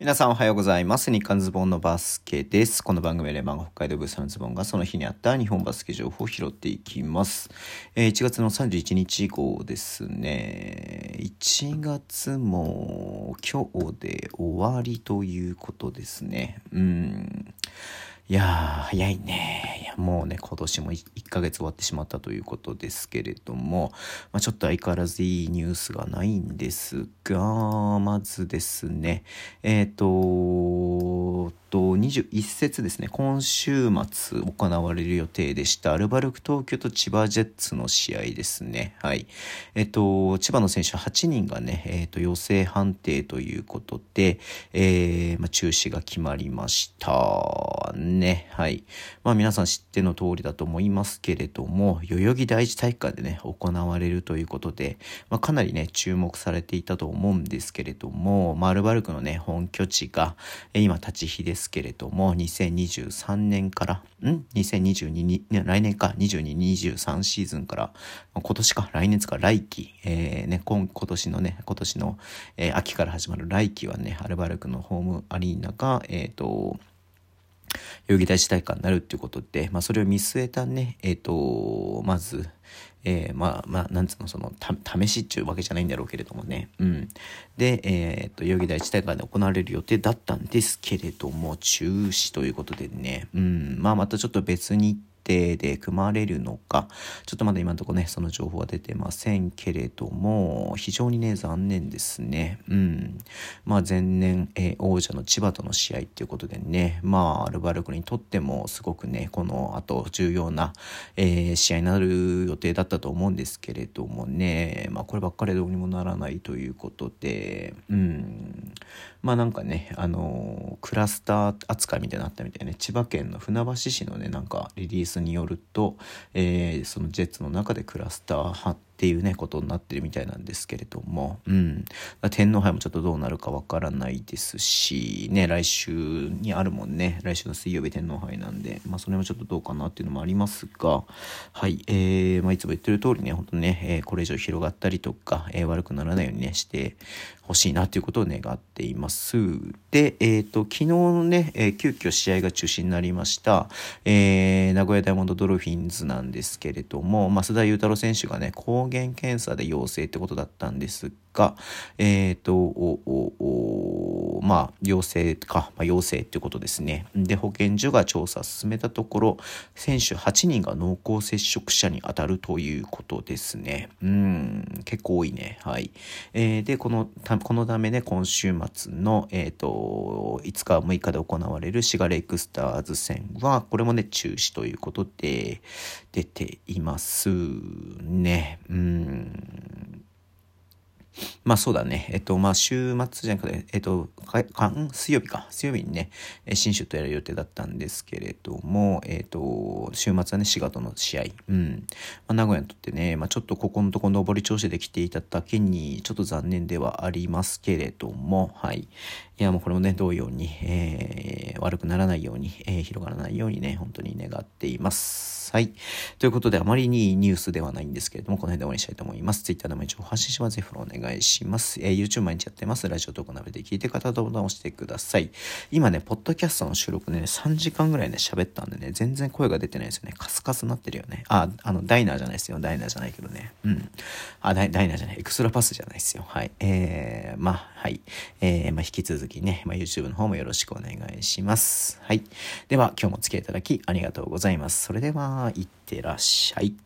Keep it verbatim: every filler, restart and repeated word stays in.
皆さんおはようございます。日刊ズボンのバスケです。この番組で北海道ブースのズボンがその日にあった日本バスケ情報を拾っていきます。えー、いちがつのさんじゅういちにち号ですね。いちがつも今日で終わりということですね。うん。いやー早いね。いやもうね今年もいっかげつ終わってしまったということですけれども、まあ、ちょっと相変わらずいいニュースがないんですが、まずですねえっ、ー、とにじゅういっ節ですね、今週末行われる予定でしたアルバルク東京と千葉ジェッツの試合ですね。はいえっ、ー、と千葉の選手はちにんがね、えー、と陽性判定ということで、えーまあ、中止が決まりましたね。はい。まあ皆さん知っての通りだと思いますけれども、代々木第一体育館でね、行われるということで、まあかなりね、注目されていたと思うんですけれども、まあアルバルクのね、本拠地が、え今立ち火ですけれども、にせんにじゅうさんねんから、ん ?にせんにじゅうに に、来年か、にじゅうに、にじゅうさんシーズンから、今年か、来年か、来季、えー、ね、今、今年のね、今年の、えー、秋から始まる来季はね、アルバルクのホームアリーナが、えっと、代々木第一体育館になるっていうことで、まあ、それを見据えたね、えっと、まず、えー、まあ、まあ、なんつうの、その、た、試しっていうわけじゃないんだろうけれどもね。うん。で、えっと、代々木第一体育館で行われる予定だったんですけれども、中止ということでね。うん。まあ、またちょっと別に、で組まれるのかちょっとまだ今のところねその情報は出てませんけれども、非常にね残念ですね。うんまあ前年、えー、王者の千葉との試合っていうことでね、まあアルバルクにとってもすごくねこの後重要な、えー、試合になる予定だったと思うんですけれどもね、まあこればっかりどうにもならないということで、うんまあなんかねあのクラスター扱いみたいになったみたいね。千葉県の船橋市のねなんかリリースによると、えー、そのジェッツの中でクラスター派っていうねことになってるみたいなんですけれども、うん、天皇杯もちょっとどうなるかわからないですしね、来週にあるもんね、来週の水曜日天皇杯なんで、まあそれもちょっとどうかなっていうのもありますが、はい、えー、まあいつも言ってる通りね、本当ね、えー、これ以上広がったりとか、えー、悪くならないようにねしてほしいなということを願っています。で、えっと昨日ね、えー、急遽試合が中止になりました、えー、名古屋ダイヤモンドドルフィンズなんですけれども、増田雄太郎選手がね抗原検査で陽性ってことだったんですが、えっとおおおまあ陽性か、まあ、陽性っていうことですね。で保健所が調査を進めたところ、選手はちにんが濃厚接触者に当たるということですね。うん結構多いね。はい、えー、でこのたこのためね今週末の、えー、といつかむいかで行われるシガレイクスターズ戦はこれもね中止ということで出ていますね。うんまあそうだね。えっと、まあ週末じゃなくて、えっと、かかん水曜日か。水曜日にね、新州とやる予定だったんですけれども、えっと、週末はね、滋賀との試合。うん。まあ、名古屋にとってね、まあちょっとここのとこ上り調子で来ていただけに、ちょっと残念ではありますけれども、はい。いや、もうこれもね、同様に、えー、悪くならないように、えー、広がらないようにね、本当に願っています。はい。ということで、あまりにいいニュースではないんですけれども、この辺で終わりにしたいと思います。Twitter でも一応発信します。ぜひフォローお願いします。えー、YouTube 毎日やってます。ラジオ投稿などで聞いて方とボタンを押してください。今ね、ポッドキャストの収録ね、さんじかんぐらいね、喋ったんでね、全然声が出てないですよね。カスカスになってるよね。あ、あの、ダイナーじゃないですよ。ダイナーじゃないけどね。うん。あ、ダイダイナーじゃない。エクストラパスじゃないですよ。はい。えー、まあ、はい。えー、まあ、引き続きね、まあ、YouTube の方もよろしくお願いします。はい。では、今日もお付き合いいただきありがとうございます。それでは、いってらっしゃい。